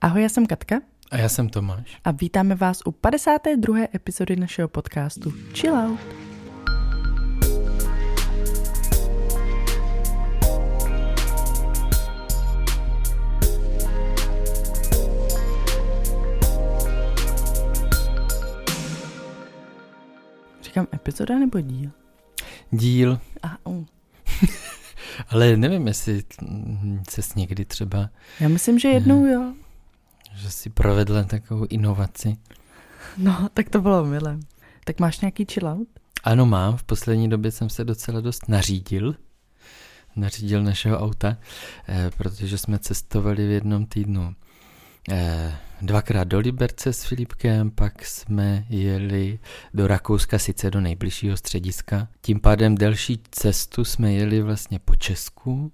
Ahoj, já jsem Katka. A já jsem Tomáš. A vítáme vás u 52. epizody našeho podcastu Chill Out. Říkám epizoda nebo díl? Díl. Ale nevím, jestli ses někdy třeba... Já myslím, že jednou jo. Že jsi provedla takovou inovaci. No, tak to bylo milé. Tak máš nějaký chill out? Ano, mám. V poslední době jsem se docela dost nařídil našeho auta, protože jsme cestovali v jednom týdnu 2krát do Liberce s Filipkem, pak jsme jeli do Rakouska, sice do nejbližšího střediska. Tím pádem delší cestu jsme jeli vlastně po Česku.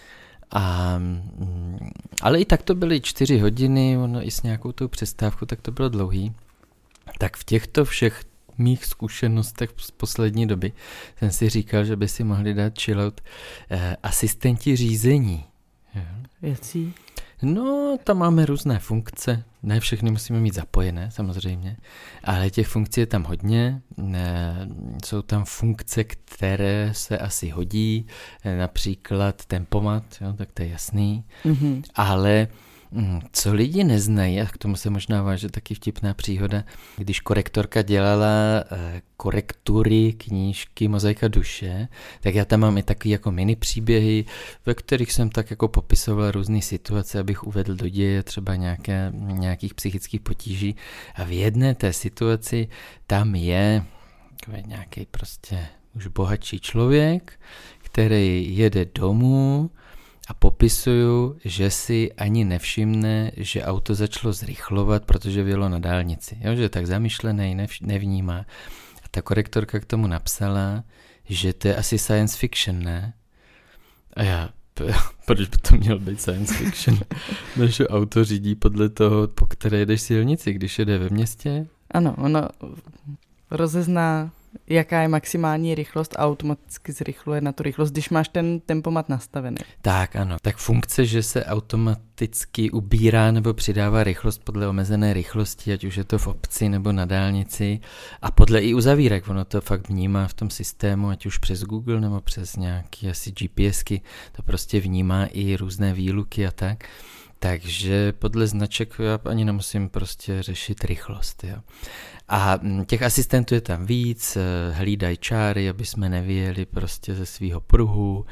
Ale i tak to byly 4 hodiny, ono i s nějakou tou přestávkou, tak to bylo dlouhý. Tak v těchto všech mých zkušenostech z poslední doby jsem si říkal, že by si mohli dát chillout asistenti řízení. Jací? No, tam máme různé funkce, ne všechny musíme mít zapojené samozřejmě, ale těch funkcí je tam hodně, jsou tam funkce, které se asi hodí, například tempomat, jo, tak to je jasný, ale co lidi neznají, a k tomu se možná váže taky vtipná příhoda, když korektorka dělala korektury knížky Mozaika duše, tak já tam mám i takový jako mini příběhy, ve kterých jsem tak jako popisoval různé situace, abych uvedl do děje třeba nějakých psychických potíží. A v jedné té situaci tam je nějaký prostě už bohatší člověk, který jede domů a popisuju, že si ani nevšimne, že auto začalo zrychlovat, protože vyjelo na dálnici. Jo, že tak zamyšlený, nevnímá. A ta korektorka k tomu napsala, že to je asi science fiction, ne? A já, proč by to měl být science fiction? Naše auto řídí podle toho, po které jedeš silnici, když jede ve městě. Ano, ono rozezná, jaká je maximální rychlost a automaticky zrychluje na tu rychlost, když máš ten tempomat nastavený. Tak ano, tak funkce, že se automaticky ubírá nebo přidává rychlost podle omezené rychlosti, ať už je to v obci nebo na dálnici a podle i uzavírek, ono to fakt vnímá v tom systému, ať už přes Google nebo přes nějaké asi GPSky, to prostě vnímá i různé výluky a tak. Takže podle značek já ani nemusím prostě řešit rychlost. Jo. A těch asistentů je tam víc, hlídají čáry, aby jsme nevyjeli prostě ze svého pruhu.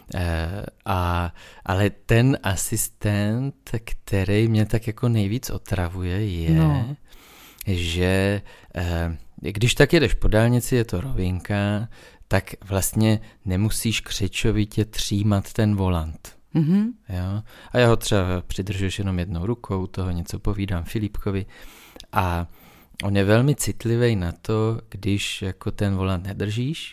Ale ten asistent, který mě tak jako nejvíc otravuje, je, že když tak jedeš po dálnici, je to rovinka, tak vlastně nemusíš křečovitě třímat ten volant. Jo? A já ho třeba přidržuješ jenom jednou rukou, toho něco povídám Filipkovi a on je velmi citlivý na to, když jako ten volant nedržíš,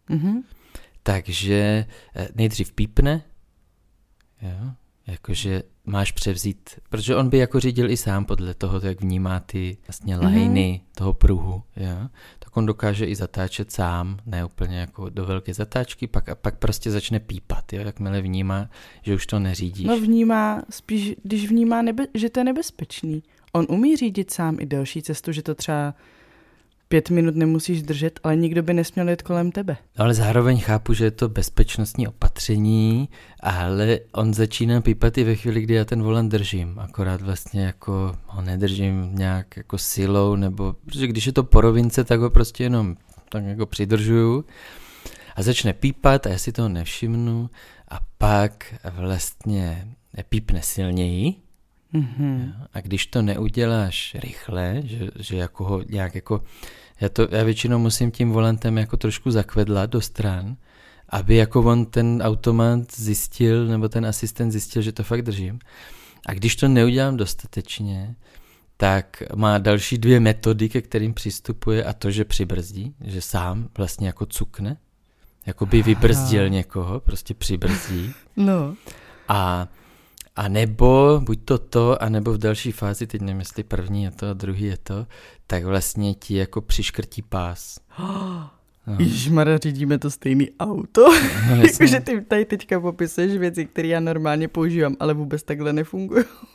takže nejdřív pípne, jo? Jakože máš převzít, protože on by jako řídil i sám podle toho, jak vnímá ty vlastně lajny toho pruhu, jo? Tak on dokáže i zatáčet sám, ne úplně jako do velké zatáčky, pak prostě začne pípat, jo? Jakmile vnímá, že už to neřídíš. No vnímá, spíš když vnímá, že to je nebezpečný. On umí řídit sám i delší cestu, že to třeba 5 minut nemusíš držet, ale nikdo by nesměl jet kolem tebe. Ale zároveň chápu, že je to bezpečnostní opatření, ale on začíná pípat i ve chvíli, kdy já ten volant držím. Akorát vlastně jako ho nedržím nějak jako silou, nebo protože když je to po rovince, tak ho prostě jenom tak jako přidržuju a začne pípat a já si toho nevšimnu a pak vlastně pípne silněji. A když to neuděláš rychle, že jako ho nějak jako, já většinou musím tím volantem jako trošku zakvedlat do stran, aby jako on ten automat zjistil, nebo ten asistent zjistil, že to fakt držím. A když to neudělám dostatečně, tak má další 2 metody, ke kterým přistupuje a to, že přibrzdí, že sám vlastně jako cukne, jako by vybrzdil někoho, prostě přibrzdí. No. A nebo buď to, anebo v další fázi, teď nevím, jestli první je to a druhý je to, tak vlastně ti jako přiškrtí pás. No. Ježišmarja, řídíme to stejný auto. No, jakože ty tady teďka popisuješ věci, které já normálně používám, ale vůbec takhle nefungují.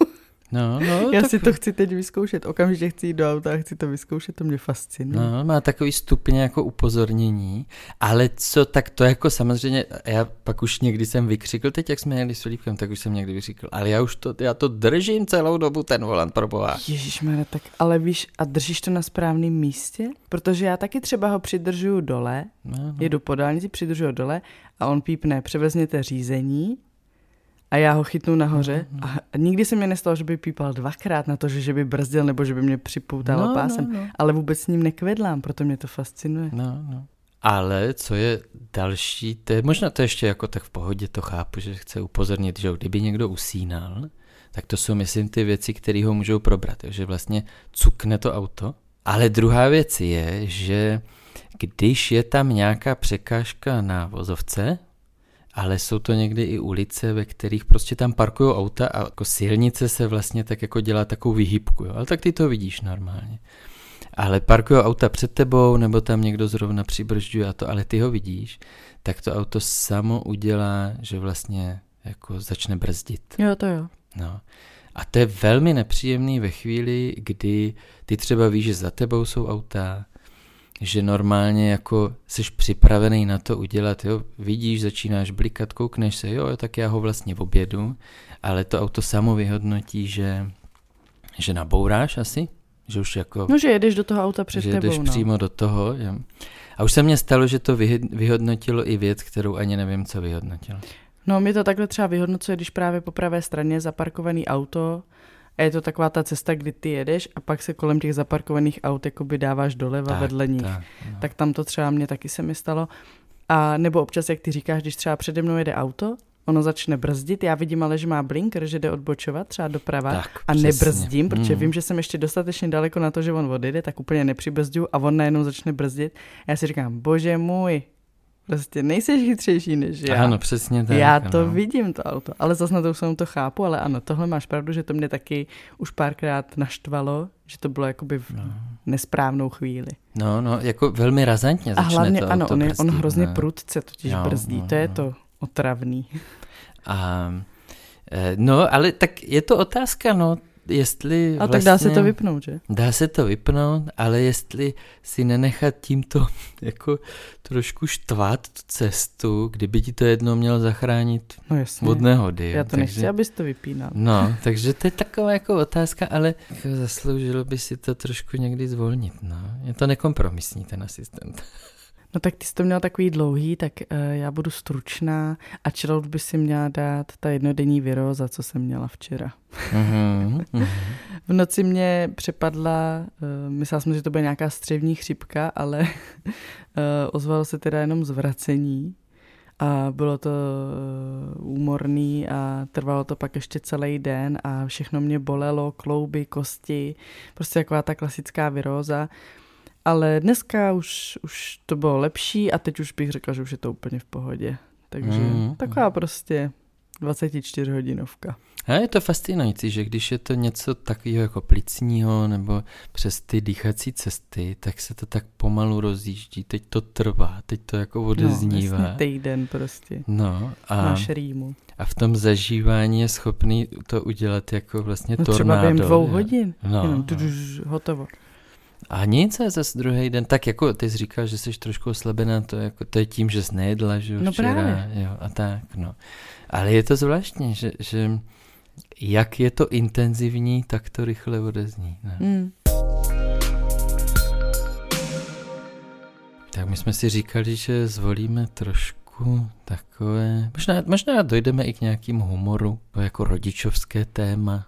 No, já si to chci teď vyzkoušet, okamžitě chci jít do auta a chci to vyzkoušet, to mě fascinuje. No, má takový stupně jako upozornění, ale co, tak to jako samozřejmě, já pak už někdy jsem vykřikl, teď jak jsme jeli s Filipkem, tak už jsem někdy vykřikl, ale já to držím celou dobu ten volant, proboha. Ježišmarja, tak ale víš, a držíš to na správném místě? Protože já taky třeba ho přidržuju dole, jedu po dálnici, přidržuju dole a on pípne, převezměte řízení. A já ho chytnu nahoře a nikdy se mi nestalo, že by pípal dvakrát na to, že by brzdil nebo že by mě připoutalo pásem, ale vůbec s ním nekvedlám, proto mě to fascinuje. No. Ale co je další, možná to ještě jako tak v pohodě to chápu, že chce upozornit, že kdyby někdo usínal, tak to jsou, myslím, ty věci, které ho můžou probrat, že vlastně cukne to auto. Ale druhá věc je, že když je tam nějaká překážka na vozovce, ale jsou to někdy i ulice, ve kterých prostě tam parkují auta a jako silnice se vlastně tak jako dělá takovou výhybku, jo? Ale tak ty to vidíš normálně. Ale parkují auta před tebou, nebo tam někdo zrovna přibržďuje a to, ale ty ho vidíš, tak to auto samo udělá, že vlastně jako začne brzdit. Jo, to jo. No. A to je velmi nepříjemný ve chvíli, kdy ty třeba víš, že za tebou jsou auta, že normálně jako jsi připravený na to udělat, jo, vidíš, začínáš blikat, koukneš se, jo, tak já ho vlastně objedu, ale to auto samo vyhodnotí, že nabouráš asi, že už jako... No, že jedeš do toho auta před že tebou, jedeš přímo do toho, jo. A už se mně stalo, že to vyhodnotilo i věc, kterou ani nevím, co vyhodnotilo. No, mi to takhle třeba vyhodnocuje, když právě po pravé straně je zaparkovaný auto a je to taková ta cesta, kdy ty jedeš a pak se kolem těch zaparkovaných aut jakoby dáváš doleva vedle nich. Tak tam to třeba mě taky se mi stalo. A nebo občas, jak ty říkáš, když třeba přede mnou jede auto, ono začne brzdit, já vidím ale, že má blinker, že jde odbočovat třeba doprava tak, a nebrzdím, protože vím, že jsem ještě dostatečně daleko na to, že on odjede, tak úplně nepřibrzduju a on najednou začne brzdit. Já si říkám, bože můj, prostě nejseš chytřejší než já. Ano, přesně tak. Já to vidím, to auto, ale zase na to jsem to chápu, ale ano, tohle máš pravdu, že to mě taky už párkrát naštvalo, že to bylo jakoby v nesprávnou chvíli. No, jako velmi razantně začne. A hlavně to ano, auto brzdit, on hrozně prudce totiž brzdí, to je to otravný. No, ale tak je to otázka, no, jestli ale tak dá se to vypnout, že? Dá se to vypnout, ale jestli si nenechat tímto jako trošku štvát tu cestu, kdyby ti to jednou mělo zachránit od nehody. Já to nechci, abys to vypínal. No, takže to je taková jako otázka, ale jako zasloužilo by si to trošku někdy zvolnit, no. Je to nekompromisní ten asistent. No tak ty jsi to měla takový dlouhý, tak já budu stručná a chillout by si měla dát ta jednodenní viróza, co jsem měla včera. V noci mě přepadla, myslela jsem, že to bude nějaká střevní chřipka, ale ozvalo se teda jenom zvracení a bylo to úmorný a trvalo to pak ještě celý den a všechno mě bolelo, klouby, kosti, prostě taková ta klasická viróza. Ale dneska už to bylo lepší a teď už bych řekla, že už je to úplně v pohodě. Takže taková prostě 24hodinovka. A je to fascinující, že když je to něco takového jako plicního nebo přes ty dýchací cesty, tak se to tak pomalu rozjíždí. Teď to trvá, teď to jako odeznívá. No, týden prostě. No, máš rýmu. A v tom zažívání je schopný to udělat jako vlastně tornádo. Třeba během 2 hodin. No. Hotovo. A nic, a zase druhý den, tak jako ty jsi říkal, že jsi trošku oslabená, to je tím, že jsi nejedla, že no včera, právě. Jo, a tak, no. Ale je to zvláštní, že jak je to intenzivní, tak to rychle odezní. Ne? Tak my jsme si říkali, že zvolíme trošku takové, možná dojdeme i k nějakému humoru, jako rodičovské téma.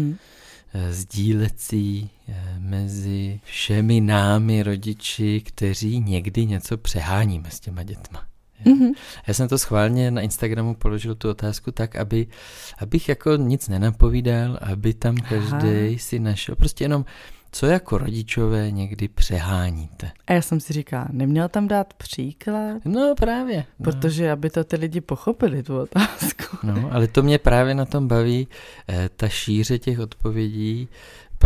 Sdílecí mezi všemi námi rodiči, kteří někdy něco přeháníme s těma dětma. Já jsem to schválně na Instagramu položil tu otázku tak, abych jako nic nenapovídal, aby tam každý si našel prostě jenom, co jako rodičové někdy přeháníte. A já jsem si říkala, neměl tam dát příklad? No právě. Protože aby to ty lidi pochopili, tu otázku. No, ale to mě právě na tom baví, ta šíře těch odpovědí,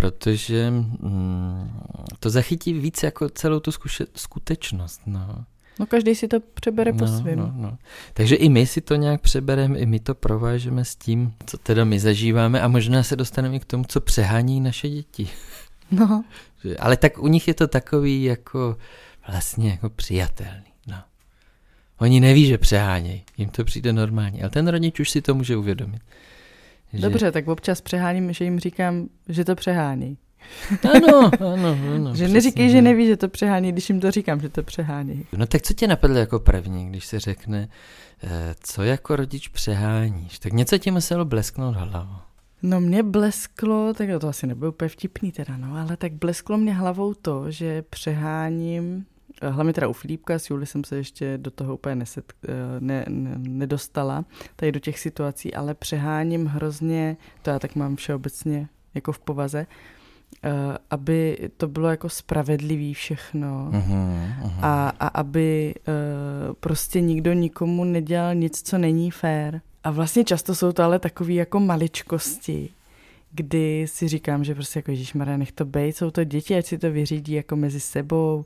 protože to zachytí víc jako celou tu skutečnost. No. No každý si to přebere po svém. No. Takže i my si to nějak přebereme, i my to provážeme s tím, co teda my zažíváme a možná se dostaneme i k tomu, co přehání naše děti. No. Ale tak u nich je to takový jako vlastně jako přijatelný. No. Oni neví, že přehánějí, jim to přijde normálně, ale ten rodič už si to může uvědomit. Že... Dobře, tak občas přeháním, že jim říkám, že to přehání. Ano. Že neříkej, že neví, že to přehání, když jim to říkám, že to přehání. No tak co tě napadlo jako první, když se řekne, co jako rodič přeháníš? Tak něco ti muselo blesknout hlavou. No mě blesklo, tak to asi nebude úplně vtipný teda, no, ale tak blesklo mě hlavou to, že přeháním, hlavně teda u Filipka, s Juli jsem se ještě do toho úplně nedostala, tady do těch situací, ale přeháním hrozně, to já tak mám všeobecně jako v povaze, aby to bylo jako spravedlivý všechno a aby prostě nikdo nikomu nedělal nic, co není fér. A vlastně často jsou to ale takový jako maličkosti, kdy si říkám, že prostě jako Ježišmarja, nech to bejt, jsou to děti, ať si to vyřídí jako mezi sebou.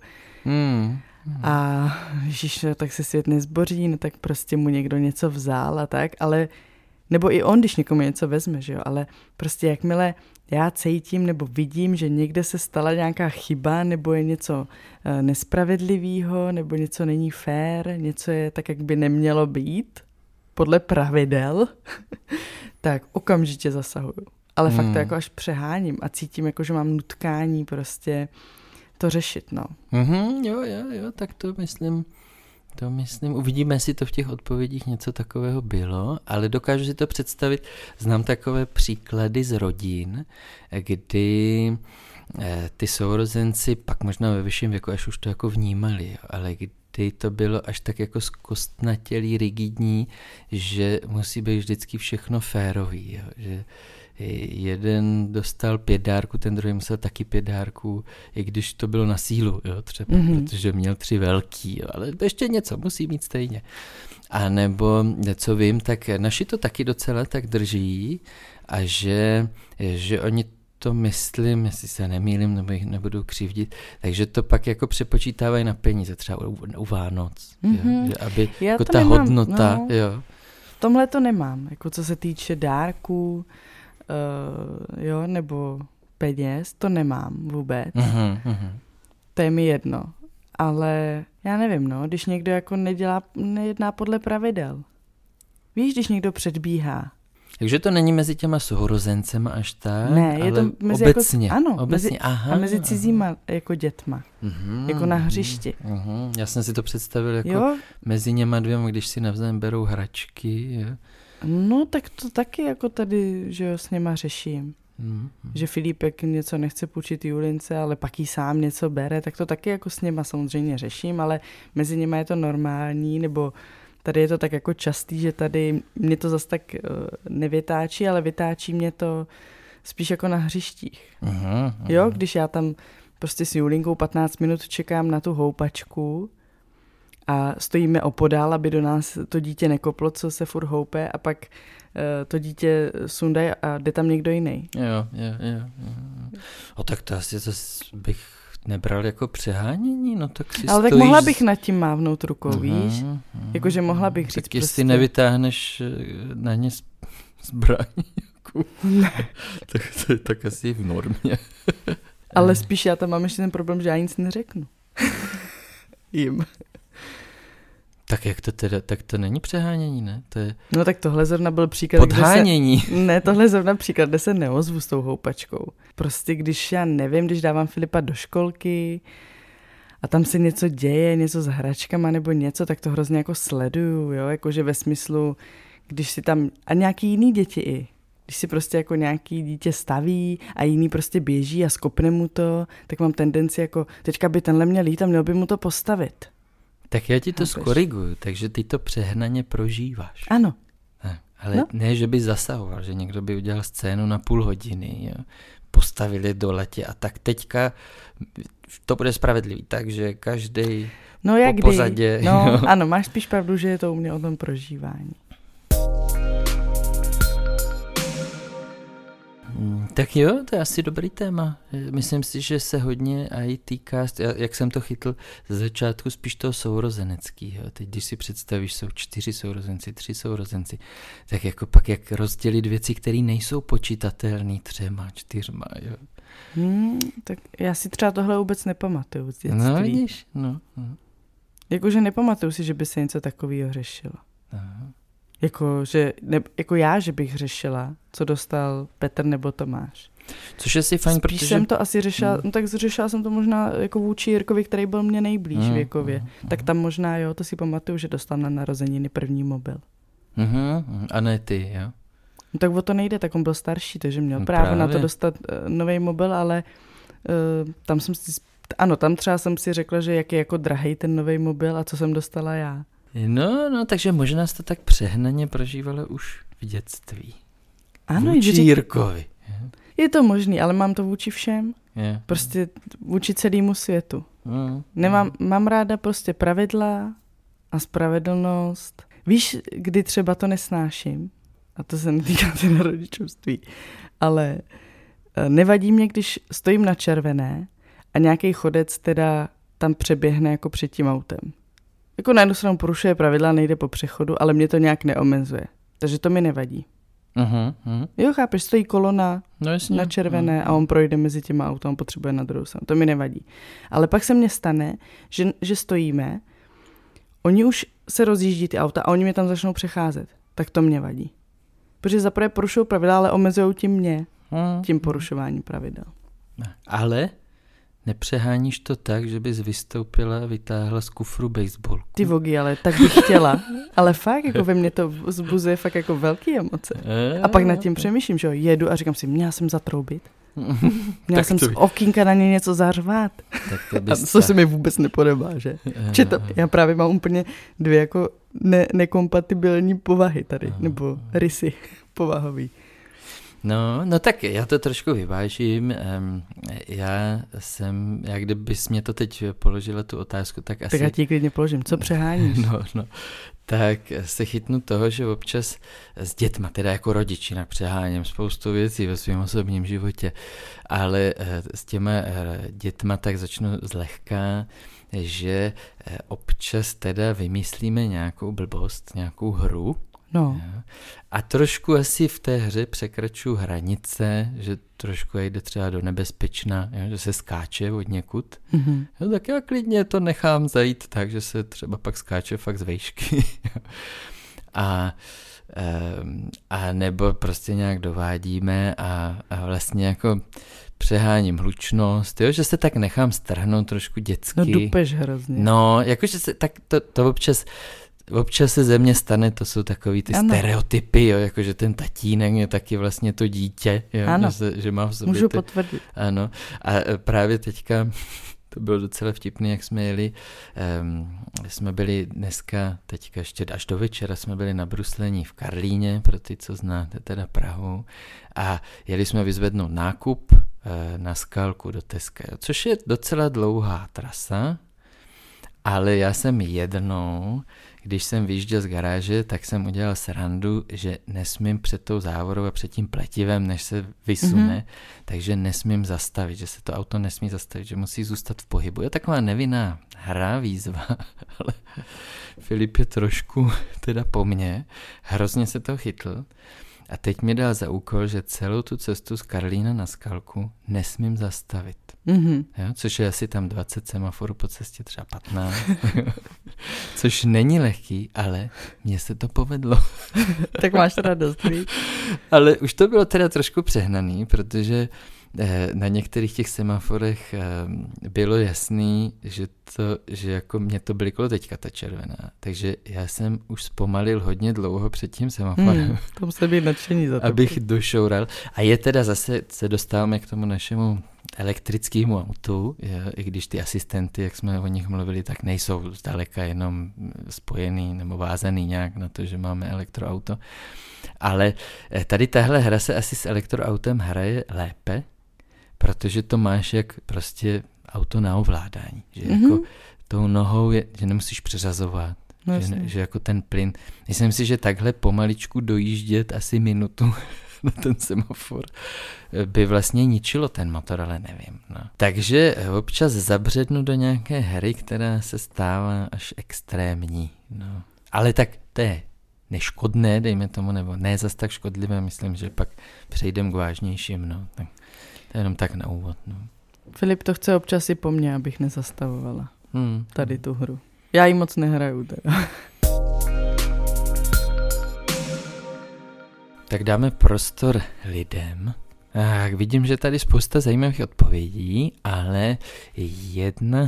A Ježiš, tak se svět nezboří, no tak prostě mu někdo něco vzal a tak, ale nebo i on, když někomu něco vezme, že jo, ale prostě jakmile já cítím nebo vidím, že někde se stala nějaká chyba, nebo je něco nespravedlivého, nebo něco není fér, něco je tak, jak by nemělo být, podle pravidel, tak okamžitě zasahuju. Ale fakt to jako až přeháním a cítím, jako, že mám nutkání prostě to řešit, no. Jo, tak to myslím, uvidíme, jestli to v těch odpovědích něco takového bylo, ale dokážu si to představit, znám takové příklady z rodin, kdy ty sourozenci pak možná ve vyšším věku až už to jako vnímali, jo, ale kdy to bylo až tak jako zkostnatělý, rigidní, že musí být vždycky všechno férový, jo, že jeden dostal 5 dárků, ten druhý musel taky 5 dárků, i když to bylo na sílu, jo, třeba, protože měl 3 velký, jo, ale ještě něco musí mít stejně. A nebo, co vím, tak naši to taky docela tak drží a že oni to myslím, jestli se nemýlím, nebo jich nebudu křivdit, takže to pak jako přepočítávají na peníze, třeba u Vánoc, jo, že aby jako ta nemám, hodnota, no, jo. V tomhle to nemám, jako co se týče dárků, jo, nebo peněz, to nemám vůbec. To je mi jedno. Ale já nevím, no, když někdo jako nejedná podle pravidel. Víš, když někdo předbíhá. Takže to není mezi těma sourozencema až tak, ne, je ale to mezi obecně. Jako, ano, obecně. A mezi cizíma jako dětma. Jako na hřišti. Já jsem si to představil jako mezi něma dvěma, když si navzájem berou hračky. Jo. No, tak to taky jako tady, že jo, s něma řeším. Že Filipek něco nechce půjčit Julince, ale pak jí sám něco bere, tak to taky jako s něma samozřejmě řeším, ale mezi něma je to normální, nebo tady je to tak jako častý, že tady mě to zas tak nevytáčí, ale vytáčí mě to spíš jako na hřištích. Jo, když já tam prostě s Julinkou 15 minut čekám na tu houpačku a stojíme opodál, aby do nás to dítě nekoplo, co se furt houpe, a pak to dítě sundají a jde tam někdo jiný. Jo. O tak to asi bych nebral jako přehánění, no tak si ale stojíš... tak mohla bych nad tím mávnout rukou, víš? Jakože mohla bych říct tak jestli nevytáhneš na ně zbraň, jako, tak asi v normě. Ale spíš já tam mám ještě ten problém, že já nic neřeknu. Jim. Tak jak to teda, tak to není přehánění, ne? To je... No tak tohle zrovna byl příklad, podhánění. Ne, tohle zrovna příklad, kde se neozvu s tou houpačkou. Prostě když já nevím, když dávám Filipa do školky a tam se něco děje, něco s hračkama nebo něco, tak to hrozně jako sleduju, jo, jakože ve smyslu, když si tam, a nějaký jiný děti i, když si prostě jako nějaký dítě staví a jiný prostě běží a skopne mu to, tak mám tendenci jako, teďka by tenhle měl jít a měl by mu to postavit. Tak já ti to skoriguju, takže ty to přehnaně prožíváš. Ano. Ale ne, že by zasahoval, že někdo by udělal scénu na půl hodiny, jo. Postavili do letě a tak teďka to bude spravedlivý, takže každej po pozadě. No, jo. Ano, máš spíš pravdu, že je to u mě o tom prožívání. Tak jo, to je asi dobrý téma. Myslím si, že se hodně i týká, jak jsem to chytl ze začátku, spíš toho sourozeneckého. Teď, když si představíš, jsou 4 sourozenci, 3 sourozenci, tak jako pak jak rozdělit věci, které nejsou počítatelné 3, 4, jo. Tak já si třeba tohle vůbec nepamatuju z dětství. No vidíš, no. Jakože nepamatuju si, že by se něco takového řešilo. Aha. Jako já, že bych řešila, co dostal Petr nebo Tomáš. Což je si fajn, Spíš protože... jsem to asi řešila, no tak řešila jsem to možná jako vůči Jirkovi, který byl mě nejblíž věkově. Tak tam možná, jo, to si pamatuju, že dostal na narozeniny první mobil. A ne ty, jo? No tak o to nejde, tak on byl starší, takže měl právo na to dostat nový mobil, ale tam jsem si... Ano, tam třeba jsem si řekla, že jak je jako drahej ten nový mobil a co jsem dostala já. No, takže možná jste tak přehnaně prožívala už v dětství. Ano, vůči Jirkovi. Je to možný, ale mám to vůči všem. Je. Prostě vůči celému světu. Mám ráda prostě pravidla a spravedlnost. Víš, kdy třeba to nesnáším? A to se netýká na rodičovství. Ale nevadí mě, když stojím na červené a nějaký chodec teda tam přeběhne jako před tím autem. Jako na jednu stranu porušuje pravidla, nejde po přechodu, ale mě to nějak neomezuje. Takže to mi nevadí. Jo, chápeš, stojí kolona na červené a on projde mezi těma autem, on potřebuje na druhou stranu. To mi nevadí. Ale pak se mně stane, že stojíme, oni už se rozjíždí ty auta a oni mě tam začnou přecházet. Tak to mě vadí. Protože zaprvé porušují pravidla, ale omezují tím mě, tím porušováním pravidel. Ale nepřeháníš to tak, že bys vystoupila a vytáhla z kufru baseballku. Ty vogy, ale tak bych chtěla. Ale fakt, jako ve mně to vzbuzuje fakt jako velký emoce. A pak nad tím přemýšlím, že jo, jedu a říkám si, měla jsem zatroubit. Měla jsem z okýnka na ně něco zařvát. A to se mi vůbec nepodobá, že? Já právě mám úplně 2 jako nekompatibilní povahy tady, nebo rysy povahový. No tak já to trošku vyvážím. Já kdybys mě to teď položila tu otázku, tak asi... Tak já ti klidně položím, co přeháníš? No, tak se chytnu toho, že občas s dětma, teda jako rodič, jinak přeháním spoustu věcí ve svém osobním životě, ale s těma dětma tak začnu zlehka, že občas teda vymyslíme nějakou blbost, nějakou hru. No. A trošku asi v té hře překračuju hranice, že trošku jde třeba do nebezpečna, že se skáče od někud. Jo, tak já klidně to nechám zajít tak, že se třeba pak skáče fakt z vejšky. a nebo prostě nějak dovádíme a vlastně jako přeháním hlučnost, jo, že se tak nechám strhnout trošku dětsky. No dupeš hrozně. No, jakože se tak to občas se ze mě stane, to jsou takový ty stereotypy, jo, jakože ten tatínek je taky vlastně to dítě, jo, že má v sobě... Můžu potvrdit. Ano, a právě teďka, to bylo docela vtipný, jak jsme jeli, jsme byli dneska, teďka ještě až do večera jsme byli na bruslení v Karlíně, pro ty, co znáte teda Prahu, a jeli jsme vyzvednout nákup na Skalku do Teska, což je docela dlouhá trasa, ale já jsem jednou, když jsem vyjížděl z garáže, tak jsem udělal srandu, že nesmím před tou závorou a před tím pletivem, než se vysune, takže nesmím zastavit, že se to auto nesmí zastavit, že musí zůstat v pohybu. Je taková nevinná hra, výzva, ale Filip je trošku teda po mně, hrozně se to chytl a teď mi dal za úkol, že celou tu cestu z Karlína na Skalku nesmím zastavit. Jo, což je asi tam 20 semaforů po cestě, třeba 15. Což není lehký, ale mně se to povedlo. Tak máš radost, víš? Ale už to bylo teda trošku přehnaný, protože na některých těch semaforech bylo jasný, že jako mě to bliklo teďka ta červená. Takže já jsem už zpomalil hodně dlouho před tím semaforem. To musí být nadšení za to. Abych došoural. A je teda zase, se dostáváme k tomu našemu elektrickému autu, i když ty asistenty, jak jsme o nich mluvili, tak nejsou zdaleka jenom spojený nebo vázaný nějak na to, že máme elektroauto. Ale tady tahle hra se asi s elektroautem hraje lépe, protože to máš jak prostě auto na ovládání. Že jako tou nohou že nemusíš přeřazovat. Že jako ten plyn. Myslím si, že takhle pomaličku dojíždět asi minutu na ten semafor, by vlastně ničilo ten motor, ale nevím. No. Takže občas zabřednu do nějaké hry, která se stává až extrémní. No. Ale tak to je neškodné, dejme tomu, nebo ne zas tak škodlivé, myslím, že pak přejdem k vážnějším. No. Tak to je jenom tak na úvod. No. Filip to chce občas i po mně, abych nezastavovala tady tu hru. Já ji moc nehraju teda. Tak dáme prostor lidem. Vidím, že tady spousta zajímavých odpovědí, ale jedna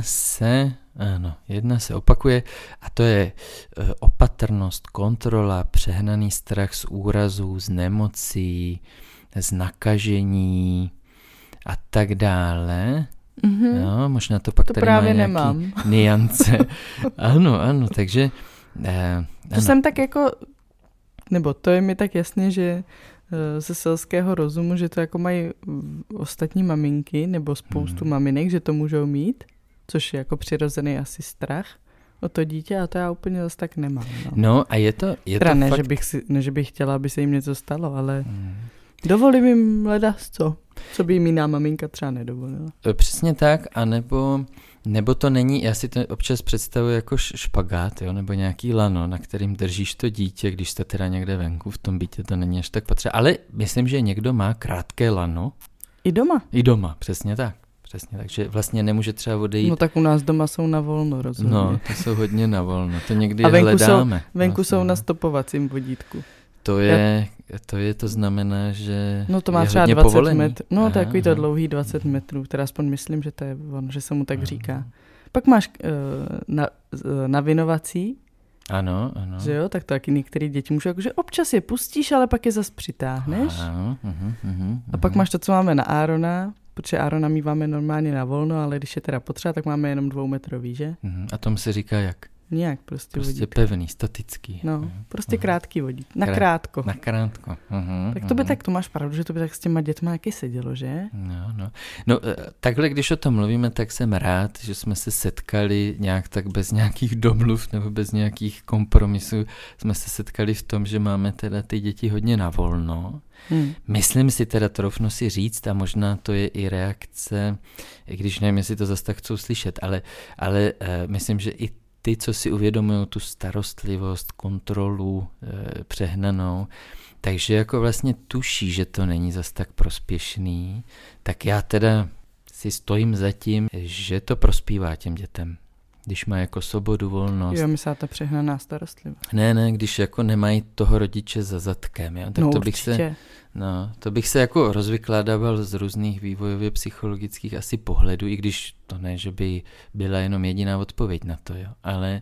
se opakuje a to je opatrnost, kontrola, přehnaný strach z úrazů, z nemocí, z nakažení a tak dále. Mm-hmm. No, možná to pak to tady má nějaký nemám. Niance. Ano, takže... To jsem tak jako... Nebo to je mi tak jasně, že ze selského rozumu, že to jako mají ostatní maminky nebo spoustu maminek, že to můžou mít, což je jako přirozený asi strach o to dítě a to já úplně zase tak nemám. No a je to ne, fakt... že bych chtěla, aby se jim něco stalo, ale dovolím jim ledas co by jim jiná maminka třeba nedovolila. Přesně tak, nebo to není, já si to občas představuji jako špagát, jo, nebo nějaký lano, na kterým držíš to dítě, když jste teda někde venku, v tom bytě to není až tak potřeba. Ale myslím, že někdo má krátké lano. I doma, přesně tak. Že vlastně nemůže třeba odejít. No tak u nás doma jsou na volno, rozhodně. No, to jsou hodně na volno, to někdy hledáme. Venku jsou na stopovacím vodítku. To znamená, že no to má třeba 20 metrů. No takový to dlouhý 20 metrů, teda aspoň myslím, že to je ono, že se mu tak říká. Pak máš navinovací. Ano. Že jo, tak to taky některé děti můžou, jakože občas je pustíš, ale pak je zas přitáhneš. A pak máš to, co máme na Arona, protože Arona míváme normálně na volno, ale když je teda potřeba, tak máme jenom 2metrový, že? A tomu se říká jak? Nějak prostě vodítko. Pevný, statický. No, prostě krátký vodítko. Nakrátko. Tak to máš pravdu, že to by tak s těma dětma jaký sedělo, že? No, takhle, když o tom mluvíme, tak jsem rád, že jsme se setkali nějak tak bez nějakých domluv nebo bez nějakých kompromisů. Jsme se setkali v tom, že máme teda ty děti hodně na volno. Myslím si teda, troufnu si říct, a možná to je i reakce, i když nevím, jestli to zase tak chcou slyšet, ale myslím, že i ty, co si uvědomují tu starostlivost, kontrolu přehnanou, takže jako vlastně tuší, že to není zas tak prospěšný, tak já teda si stojím za tím, že to prospívá těm dětem. Když má jako svobodu, volnost. Jo, myslá ta přehnaná starostlivost. Ne, když jako nemají toho rodiče za zadkem. Jo? Tak no, to bych se jako rozvykládával z různých vývojově psychologických asi pohledů, i když to ne, že by byla jenom jediná odpověď na to. Jo? Ale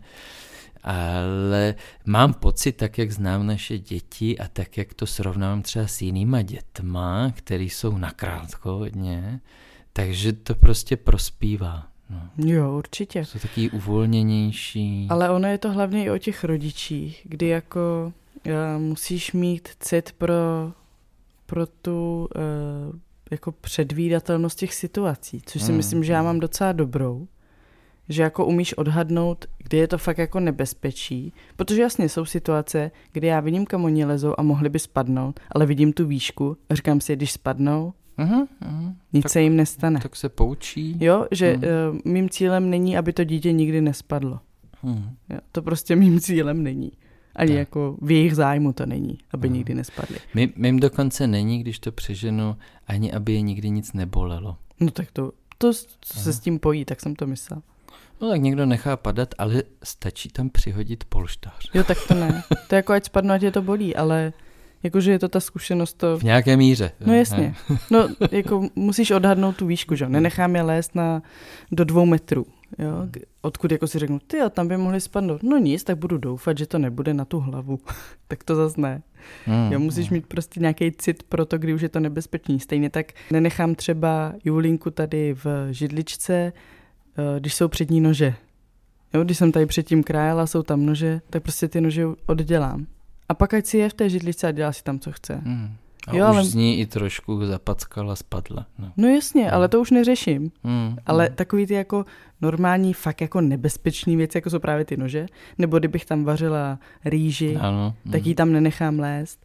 mám pocit, tak jak znám naše děti a tak jak to srovnávám třeba s jinýma dětma, který jsou nakrátko hodně, takže to prostě prospívá. No. Jo, určitě. Jsou taky uvolněnější. Ale ono je to hlavně i o těch rodičích, kdy jako musíš mít cit pro tu jako předvídatelnost těch situací, což si myslím, že já mám docela dobrou, že jako umíš odhadnout, kdy je to fakt jako nebezpečí, protože jasně jsou situace, kdy já vidím, kam oni lezou a mohli by spadnout, ale vidím tu výšku a říkám si, když spadnou, nic se jim nestane. Tak se poučí. Jo, že mým cílem není, aby to dítě nikdy nespadlo. Jo, to prostě mým cílem není. Ani tak. Jako v jejich zájmu to není, aby nikdy nespadli. Mým dokonce není, když to přeženu, ani aby je nikdy nic nebolelo. No tak to se s tím pojí, tak jsem to myslel. No tak někdo nechá padat, ale stačí tam přihodit polštář. Jo, tak to ne. To je jako ať spadnu, ať je to bolí, ale jakože je to ta zkušenost to... V nějaké míře. No jasně. No jako musíš odhadnout tu výšku, že? Nenechám je lézt do 2 metrů. Jo? Odkud jako si řeknu, tam by mohli spadnout. No nic, tak budu doufat, že to nebude na tu hlavu. Tak to zas ne. Musíš mít prostě nějaký cit pro to, kdy už je to nebezpečný. Stejně tak nenechám třeba Julinku tady v židličce, když jsou přední nože. Jo? Když jsem tady předtím krájela, jsou tam nože, tak prostě ty nože oddělám. A pak ať si je v té židličce a dělá si tam, co chce. A už z ní i trošku zapackala, spadla. No jasně, ale to už neřeším. Ale takový ty jako normální, fakt jako nebezpečný věci, jako jsou právě ty nože, nebo kdybych tam vařila rýži, tak ji tam nenechám lézt.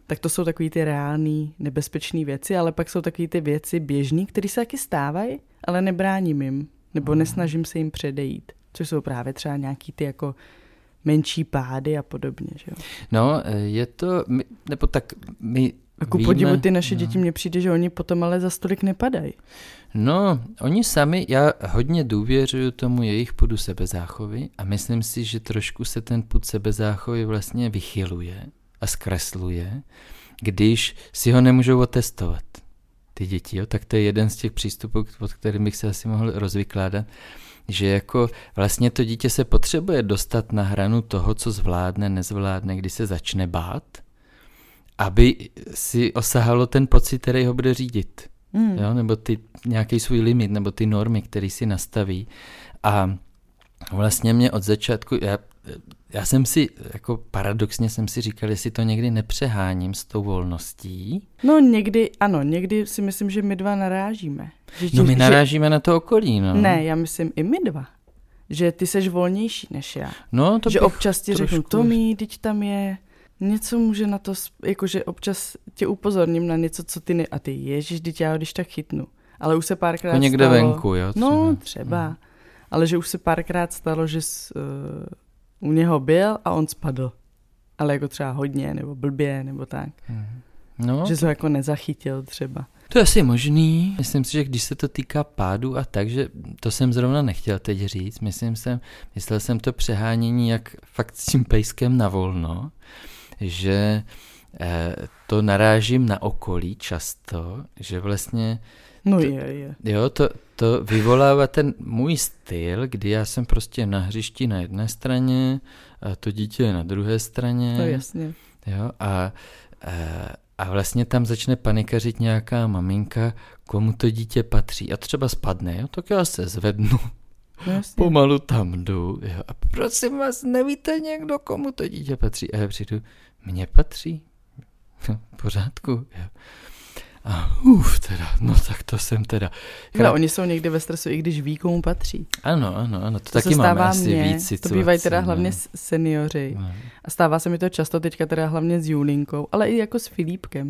Tak to jsou takový ty reální, nebezpečné věci, ale pak jsou takový ty věci běžný, které se taky stávají, ale nebráním jim, nebo nesnažím se jim předejít, což jsou právě třeba nějaký ty jako menší pády a podobně, že jo. No, je to, nebo tak my a ku podivu ty naše děti, mně přijde, že oni potom ale za stolik nepadají. No, oni sami, já hodně důvěřuju tomu jejich půdu sebezáchovy a myslím si, že trošku se ten půd sebezáchovy vlastně vychyluje a zkresluje, když si ho nemůžou otestovat ty děti, jo? Tak to je jeden z těch přístupů, od kterých bych se asi mohl rozvykládat, že jako vlastně to dítě se potřebuje dostat na hranu toho, co zvládne, nezvládne, kdy se začne bát, aby si osahalo ten pocit, který ho bude řídit. Jo? Nebo nějaký svůj limit, nebo ty normy, který si nastaví. A vlastně mě od začátku, já jsem si, jako paradoxně jsem si říkal, jestli to někdy nepřeháním s tou volností. No někdy, ano, někdy si myslím, že my dva narážíme. No my narážíme na to okolí, no. Ne, já myslím i my dva. Že ty seš volnější než já. No, to že občas ti řeknu, Tomí, teď tam je, něco může na to, jakože občas tě upozorním na něco, co ty a ty ježiš, teď já když tak chytnu. Ale už se párkrát jako někde stalo, venku, jo? Třeba. No, třeba. Ale že už se párkrát stalo, že u něho byl a on spadl. Ale jako třeba hodně, nebo blbě, nebo tak. No, že se ho jako nezachytil třeba. To je asi možný. Myslím si, že když se to týká pádu a tak, že to jsem zrovna nechtěl teď říct. Myslel jsem to přehánění jak fakt s tím pejskem na volno, že to narážím na okolí často, že vlastně no je. Jo, to vyvolává ten můj styl, kdy já jsem prostě na hřišti na jedné straně a to dítě je na druhé straně. To jasně. Jo, a vlastně tam začne panikařit nějaká maminka, komu to dítě patří. A třeba spadne, jo, tak já se zvednu. Jasně. Pomalu tam jdu. Jo, a prosím vás, nevíte někdo, komu to dítě patří? A já přijdu, mně patří. V pořádku, jo. A no tak to jsem teda. No, oni jsou někdy ve stresu, i když ví, komu patří. Ano, to taky máme asi víc situací. To bývají teda hlavně seniori. No. A stává se mi to často teďka teda hlavně s Julinkou, ale i jako s Filipkem.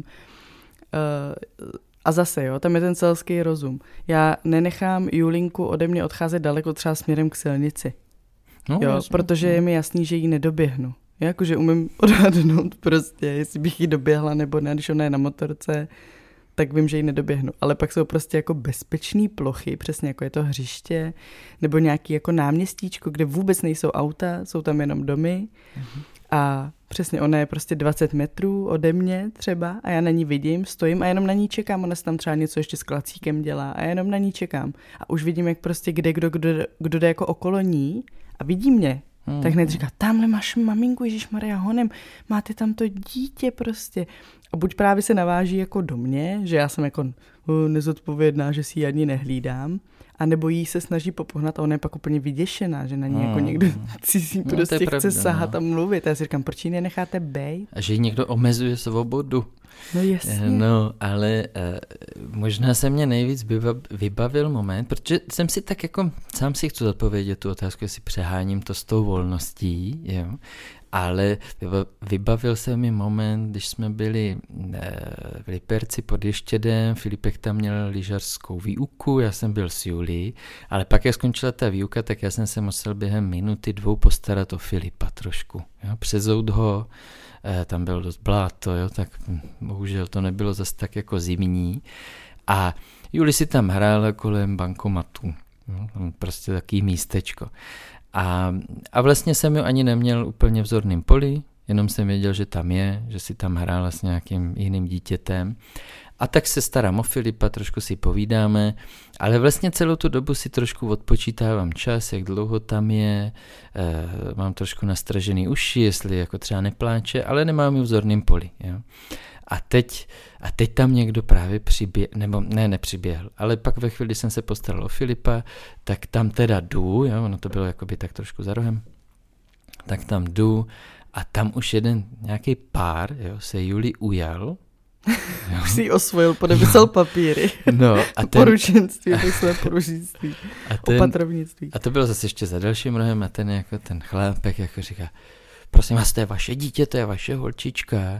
A zase, jo, tam je ten selský rozum. Já nenechám Julinku ode mě odcházet daleko třeba směrem k silnici. No, jo, protože je mi jasný, že ji nedoběhnu. Jakože umím odhadnout prostě, jestli bych ji doběhla nebo ne, když ona je na motorce, tak vím, že ji nedoběhnu. Ale pak jsou prostě jako bezpečné plochy, přesně jako je to hřiště, nebo nějaký jako náměstíčko, kde vůbec nejsou auta, jsou tam jenom domy. A přesně ona je prostě 20 metrů ode mě třeba a já na ní vidím, stojím a jenom na ní čekám. Ona se tam třeba něco ještě s klacíkem dělá a já jenom na ní čekám. A už vidím, jak prostě kdo jde jako okolo ní a vidí mě. Tak hned říká, tamhle máš maminku, ježišmarja, honem, máte tam to dítě prostě. A buď právě se naváží jako do mě, že já jsem jako nezodpovědná, že si ji ani nehlídám, anebo jí se snaží popohnat a ona je pak úplně vyděšená, že na ní jako někdo cizí prostě chce pravda, sahat a mluvit. A já si říkám, proč ji nenecháte bejt? A že jí někdo omezuje svobodu. No jasně. No, ale možná se mě nejvíc vybavil moment, protože jsem si tak jako, sám si chci odpovědět tu otázku, jestli přeháním to s tou volností, jo. Ale vybavil se mi moment, když jsme byli v Liperci pod Ještědem, Filipek tam měl lyžařskou výuku, já jsem byl s Julí, ale pak jak skončila ta výuka, tak já jsem se musel během minuty 2 postarat o Filipa trošku, jo, přezout ho, tam bylo dost bláto, jo, tak bohužel to nebylo zase tak jako zimní a Julí si tam hrála kolem bankomatu, jo, prostě taký místečko. A vlastně jsem ho ani neměl úplně v zorném poli, jenom jsem věděl, že tam je, že si tam hrála s nějakým jiným dítětem. A tak se starám o Filipa, trošku si povídáme, ale vlastně celou tu dobu si trošku odpočítávám čas, jak dlouho tam je, mám trošku nastražený uši, jestli jako třeba nepláče, ale nemám ji v zorném poli. Jo. A teď tam někdo právě nepřiběhl, ale pak ve chvíli jsem se postaral o Filipa, tak tam teda jdu, jo, ono to bylo jakoby tak trošku za rohem, tak tam jdu a tam už jeden nějaký pár, jo, se Julii ujal. Už si ji osvojil, podepisal papíry. No, a poručenství, to své poručenství, opatrovnictví. A to bylo zase ještě za dalším rohem a ten chlápek jako říká, prosím vás, to je vaše dítě, to je vaše holčička.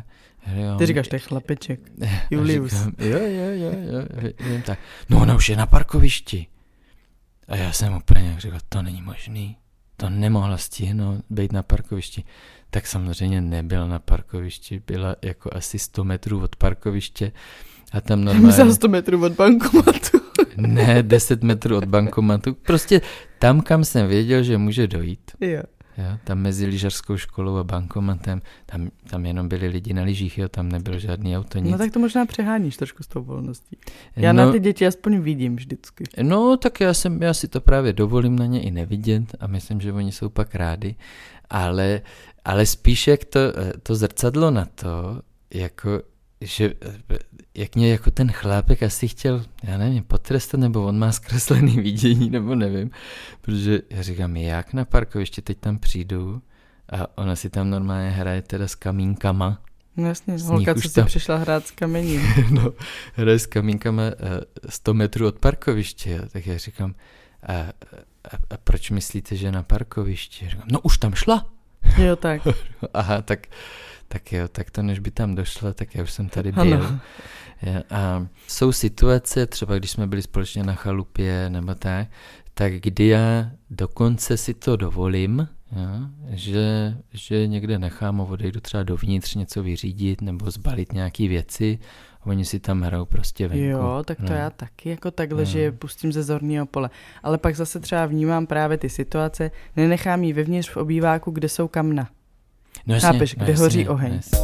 Ty říkáš, to je chlapeček. Julius. Jo, vím tak. No ona už je na parkovišti. A já jsem úplně říkal, to není možný. To nemohla stihnout být na parkovišti. Tak samozřejmě nebyla na parkovišti, byla jako asi 100 metrů od parkoviště a tam normálně... Za 100 metrů od bankomatu. Ne, 10 metrů od bankomatu. Prostě tam, kam jsem věděl, že může dojít. Jo. Jo, tam mezi lyžařskou školou a bankomatem, tam jenom byli lidi na lyžích, jo, tam nebylo žádný auto, nic. No tak to možná přeháníš trošku s tou volností. Já na ty děti aspoň vidím vždycky. No tak já si to právě dovolím na ně i nevidět a myslím, že oni jsou pak rádi, ale spíš jak to zrcadlo na to, jako že jak mě jako ten chlápek asi chtěl, já nevím, potrestat, nebo on má zkreslený vidění, nebo nevím, protože já říkám, jak na parkovišti teď tam přijdu a ona si tam normálně hraje teda s kamínkama. No jasně, holka, co si přišla hrát s kamením. No, hraje s kamínkama 100 metrů od parkoviště, jo. Tak já říkám, a proč myslíte, že na parkovišti? Říkám, no už tam šla. Jo, tak. Aha, tak jo, tak to než by tam došla, tak já už jsem tady byl. Ano. A jsou situace, třeba když jsme byli společně na chalupě nebo tak kdy já dokonce si to dovolím, jo, že někde nechám a odejdu třeba dovnitř něco vyřídit nebo zbalit nějaký věci, oni si tam hrajou prostě venku. Jo, tak to já taky jako takhle, že je pustím ze zorného pole. Ale pak zase třeba vnímám právě ty situace, nenechám jí vevnitř v obýváku, kde jsou kamna. No jasně, chápeš, kde hoří oheň. Jasně.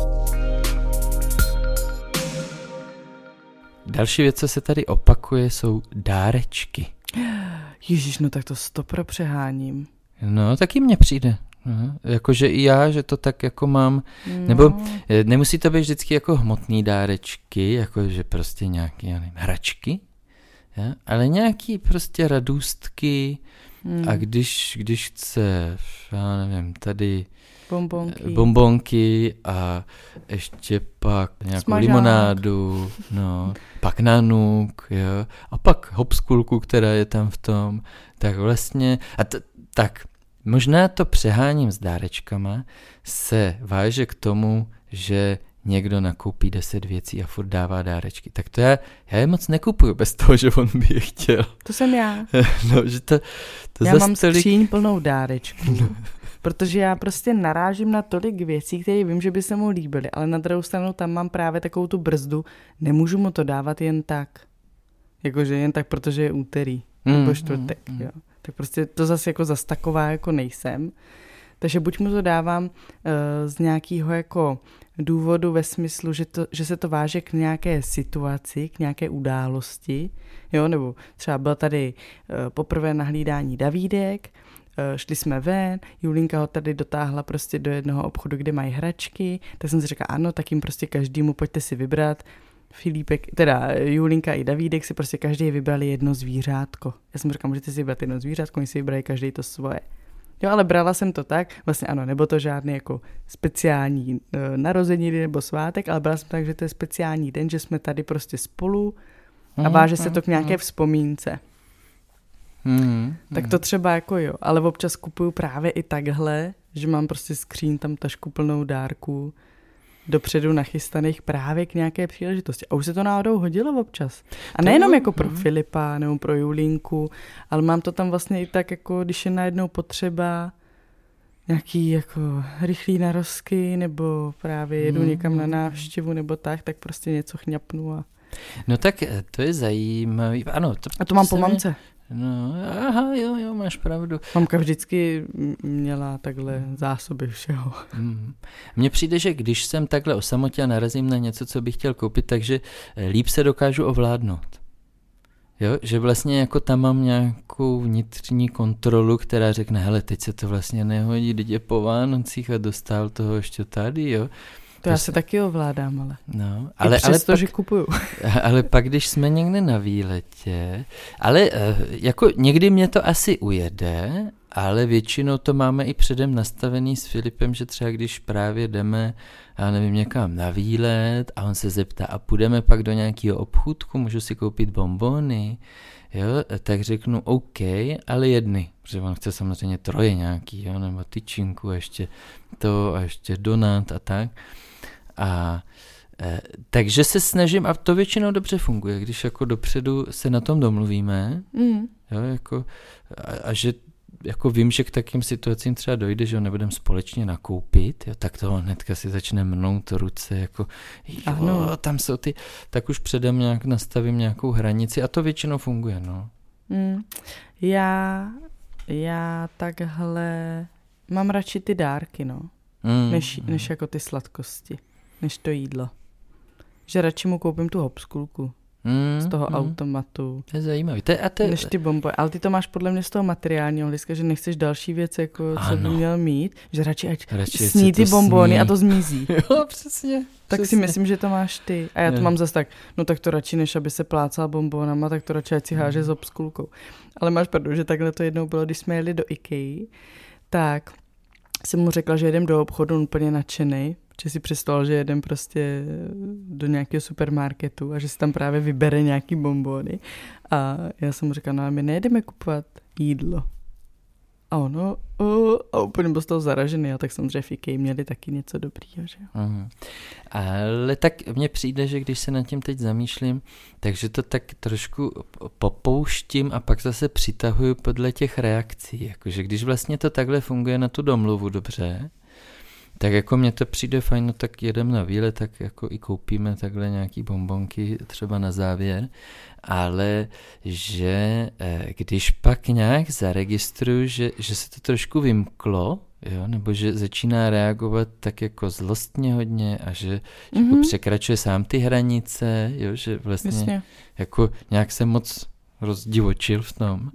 Další věc, co se tady opakuje, jsou dárečky. Ježíš, no tak to 100% přeháním. No, taky mně přijde. Jakože i já, že to tak jako mám, nebo nemusí to být vždycky jako hmotný dárečky, jakože prostě nějaký, já nevím, hračky, ja? Ale nějaký prostě radůstky a když chce, já nevím, tady bombonky a ještě pak nějakou smažák, limonádu, no, pak nanuk, jo, a pak hopskulku, která je tam v tom, tak vlastně, tak možná to přeháním s dárečkama se váže k tomu, že někdo nakoupí 10 věcí a furt dává dárečky. Tak to já je moc nekupuju bez toho, že on by je chtěl. To jsem já. No, že to já mám skříň plnou dárečků. No. Protože já prostě narážím na tolik věcí, které vím, že by se mu líbily, ale na druhou stranu tam mám právě takovou tu brzdu, nemůžu mu to dávat jen tak. Jakože jen tak, protože je úterý nebo čtvrtek. Jo. Tak prostě to zase jako zas taková jako nejsem. Takže buď mu to dávám z nějakého jako důvodu ve smyslu, že se to váže k nějaké situaci, k nějaké události, jo, nebo třeba byl tady poprvé na hlídání Davídek, šli jsme ven, Julinka ho tady dotáhla prostě do jednoho obchodu, kde mají hračky, tak jsem si řekla, ano, tak jim prostě každému pojďte si vybrat. Filipek, teda Julinka i Davídek si prostě každý vybrali jedno zvířátko. Já jsem říkala, můžete si vybrat jedno zvířátko, oni si vybrali každý to svoje. Jo, ale brala jsem to tak, vlastně ano, nebo to žádný jako speciální narozeniny nebo svátek, ale brala jsem tak, že to je speciální den, že jsme tady prostě spolu a váže se to k nějaké vzpomínce. Tak to třeba jako jo, ale občas kupuju právě i takhle, že mám prostě skříň tam tašku plnou dárků dopředu nachystaných právě k nějaké příležitosti. A už se to náhodou hodilo občas. A nejenom jako pro Filipa nebo pro Julinku, ale mám to tam vlastně i tak, jako když je najednou potřeba nějaký jako rychlý narozky nebo právě jedu někam na návštěvu nebo tak prostě něco chňapnu. No tak to je zajímavý. Ano, a to mám po mamce. No, aha, jo, máš pravdu. Mamka vždycky měla takhle zásoby všeho. Mně přijde, že když jsem takhle o samotě a narazím na něco, co bych chtěl koupit, takže líp se dokážu ovládnout. Jo, že vlastně jako tam mám nějakou vnitřní kontrolu, která řekne, hele, teď se to vlastně nehodí, teď je po Vánocích a dostal toho ještě tady, jo. To já se taky ovládám, ale. No, ale přesto, že kupuju. Ale pak, když jsme někde na výletě, ale jako někdy mě to asi ujede, ale většinou to máme i předem nastavený s Filipem, že třeba když právě jdeme, já nevím, někam na výlet a on se zeptá, a půjdeme pak do nějakého obchůdku, můžu si koupit bonbony, jo, tak řeknu OK, ale jedny, protože on chce samozřejmě 3 nějaký, jo, nebo tyčinku a ještě to a ještě donát a tak. A takže se snažím, a to většinou dobře funguje, když jako dopředu se na tom domluvíme, jo, jako, a že jako vím, že k takým situacím třeba dojde, že ho nebudeme společně nakoupit, jo, tak toho hnedka si začne mnout ruce, jako jo, tam jsou ty, tak už předem nějak nastavím nějakou hranici a to většinou funguje, no. Já takhle mám radši ty dárky, no, než jako ty sladkosti, než to jídlo. Že radši mu koupím tu hopskulku z toho automatu. To je zajímavý. Než ty bombony. Ale ty to máš podle mě z toho materiálního hlediska, že nechceš další věc, jako co by měl mít, že radši sní ty bombony a to zmizí. Jo, přesně. Tak si myslím, že to máš ty. A já to mám zase tak, no tak to radši, než aby se plácal bombonama, tak to radši ať si háže s hopskulkou. Ale máš pravdu, že takhle to jednou bylo, když jsme jeli do IKEA, tak jsem mu řekla, že jedem do obchodu úplně nadšenej, že si představil, že jedem prostě do nějakého supermarketu a že si tam právě vybere nějaký bombony. A já jsem mu říkala, no ale my nejedeme kupovat jídlo. A ono, a úplně byl z toho zaražený, a tak samozřejmě v IKEA měli taky něco dobrýho, že jo. Ale tak mně přijde, že když se nad tím teď zamýšlím, takže to tak trošku popouštím a pak zase přitahuju podle těch reakcí. Jakože když vlastně to takhle funguje na tu domluvu dobře, tak jako mně to přijde fajn, no tak jedem na výlet, tak jako i koupíme takhle nějaký bonbonky třeba na závěr, ale že když pak nějak zaregistruju, že se to trošku vymklo, jo, nebo že začíná reagovat tak jako zlostně hodně a že jako překračuje sám ty hranice, jo, že vlastně jako nějak se moc rozdivočil v tom.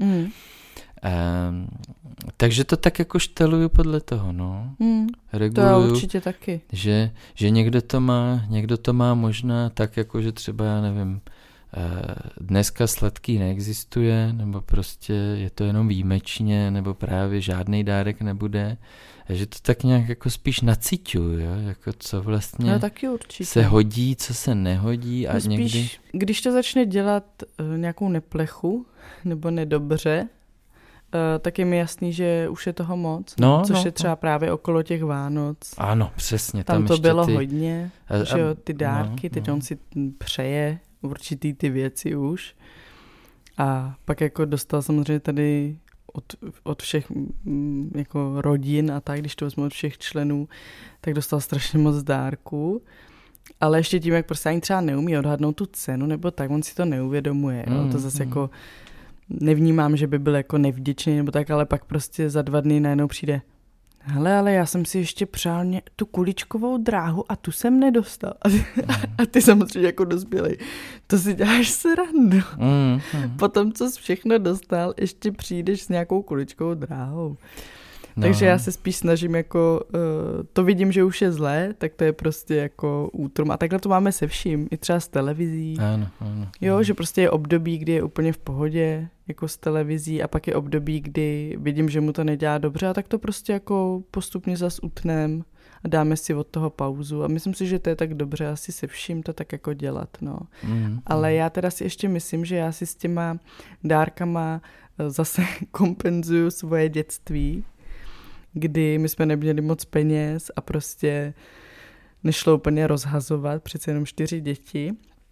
Takže to tak jako šteluju podle toho, no. Reguluju, to určitě taky. Že někdo to má možná tak jako, že třeba, já nevím, dneska sladký neexistuje, nebo prostě je to jenom výjimečně, nebo právě žádný dárek nebude. Že to tak nějak jako spíš naciťuju, jo? Jako co vlastně no, taky určitě. Se hodí, co se nehodí. A spíš, někdy... když to začne dělat nějakou neplechu, nebo nedobře, tak je mi jasný, že už je toho moc, což je třeba právě okolo těch Vánoc. Ano, přesně. Tam to bylo hodně, že jo, ty dárky, teď on si přeje určitý ty věci už. A pak jako dostal samozřejmě tady od všech jako rodin a tak, když to vezmu od všech členů, tak dostal strašně moc dárků. Ale ještě tím, jak prostě ani třeba neumí odhadnout tu cenu, nebo tak, on si to neuvědomuje. Jo? To zase jako nevnímám, že by byl jako nevděčný nebo tak, ale pak prostě za 2 dny najednou přijde: hele, ale já jsem si ještě přál tu kuličkovou dráhu a tu jsem nedostal. A ty samozřejmě jako dospělej, to si děláš srandu. Potom, co jsi všechno dostal, ještě přijdeš s nějakou kuličkovou dráhou. No. Takže já se spíš snažím jako, to vidím, že už je zlé, tak to je prostě jako útrum. A takhle to máme se vším, i třeba s televizí. Ano. Jo, že prostě je období, kdy je úplně v pohodě, jako s televizí, a pak je období, kdy vidím, že mu to nedělá dobře, a tak to prostě jako postupně zas utnem a dáme si od toho pauzu. A myslím si, že to je tak dobře asi se vším to tak jako dělat, no. Ale já teda si ještě myslím, že já si s těma dárkama zase kompenzuju svoje dětství, kdy my jsme neměli moc peněz a prostě nešlo úplně rozhazovat, přece jenom 4 děti.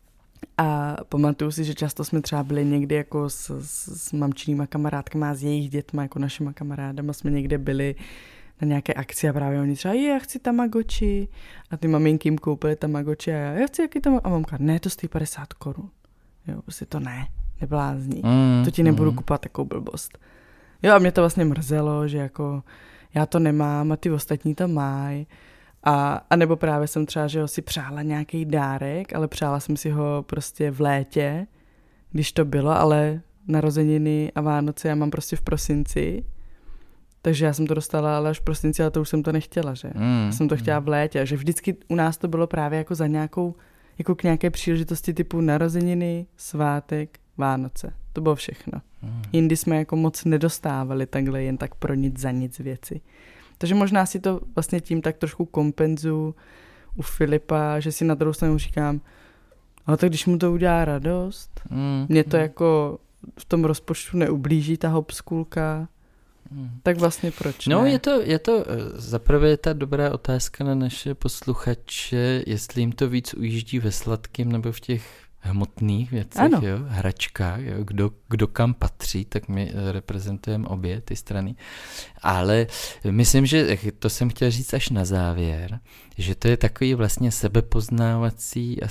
A pamatuju si, že často jsme třeba byli někdy jako s mamčinýma kamarádkama a s jejich dětma, jako našima kamarádama, jsme někde byli na nějaké akci a právě oni třeba, já chci Tamagotchi, a ty maminky jim koupily Tamagotchi a já chci jaký Tamagotchi, a mamka, ne, to stojí 50 korun. Jo, prostě to ne, neblázní, to ti nebudu kupovat takovou blbost. Jo, a mě to vlastně mrzelo, že jako já to nemám a ty ostatní to mají. A nebo právě jsem třeba, že si přála nějaký dárek, ale přála jsem si ho prostě v létě, když to bylo, ale narozeniny a Vánoce já mám prostě v prosinci, takže já jsem to dostala ale až v prosinci, ale to už jsem to nechtěla, že? Jsem to chtěla v létě, a že vždycky u nás to bylo právě jako za nějakou, jako k nějaké příležitosti typu narozeniny, svátek, Vánoce. To bylo všechno. Jindy jsme jako moc nedostávali takhle jen tak pro nic za nic věci. Takže možná si to vlastně tím tak trošku kompenzuju u Filipa, že si na druhou stranu říkám, ale tak když mu to udělá radost, mě to jako v tom rozpočtu neublíží ta hopskulka, Tak vlastně proč ne? No, je to zaprvé ta dobrá otázka na naše posluchače, jestli jim to víc ujíždí ve sladkém nebo v těch hmotných věcech, jo, hračkách, jo, kdo kam patří, tak my reprezentujeme obě ty strany. Ale myslím, že to jsem chtěl říct až na závěr, že to je takový vlastně sebepoznávací a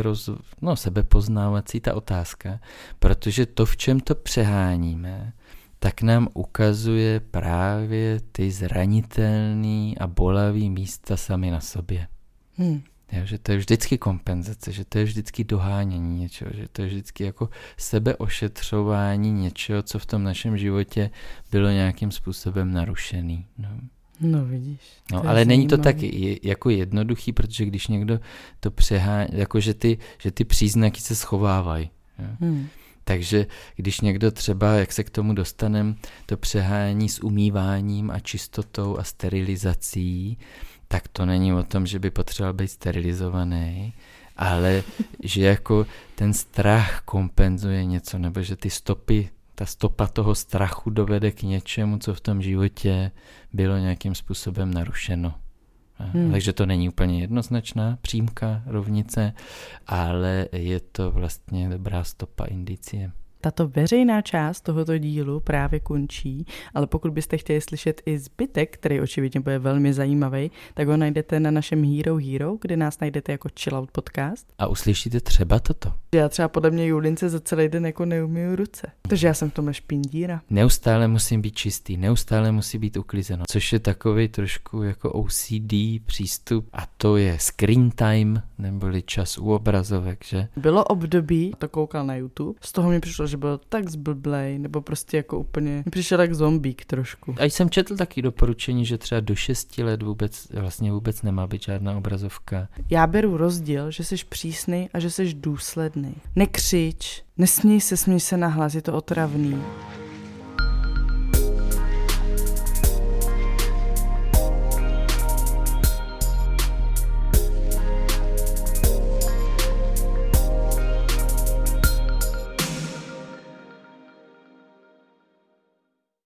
sebepoznávací ta otázka, protože to, v čem to přeháníme, tak nám ukazuje právě ty zranitelný a bolavý místa sami na sobě. Jo, že to je vždycky kompenzace, že to je vždycky dohánění něčeho, že to je vždycky jako sebeošetřování něčeho, co v tom našem životě bylo nějakým způsobem narušený. No vidíš. No, ale není to tak jako jednoduchý, protože když někdo to přehání, jako že ty příznaky se schovávají. Takže když někdo třeba, jak se k tomu dostaneme, to přehání s umýváním a čistotou a sterilizací, tak to není o tom, že by potřeboval být sterilizovaný, ale že jako ten strach kompenzuje něco, nebo že ta stopa toho strachu dovede k něčemu, co v tom životě bylo nějakým způsobem narušeno. Takže to není úplně jednoznačná přímka, rovnice, ale je to vlastně dobrá stopa, indicie. Tato veřejná část tohoto dílu právě končí, ale pokud byste chtěli slyšet i zbytek, který očividně bude velmi zajímavý, tak ho najdete na našem Hero, kde nás najdete jako Chillout podcast. A uslyšíte třeba toto. Já třeba podle mě Julince za celý den jako neumyju ruce, protože já jsem v tomhle špindíra. Neustále musím být čistý, neustále musí být uklizeno, což je takový trošku jako OCD přístup a to je screen time, neboli čas u obrazovek, že? Bylo období, to koukal na YouTube, z toho mi přišlo, že byl tak zblblej, nebo prostě jako úplně, mi přišel jak zombík trošku. A jsem četl taky doporučení, že třeba do 6 let vůbec nemá být žádná obrazovka. Já beru rozdíl, že jsi přísnej a že jsi důsledný. Nekřič, nesměj se nahlas, je to otravný.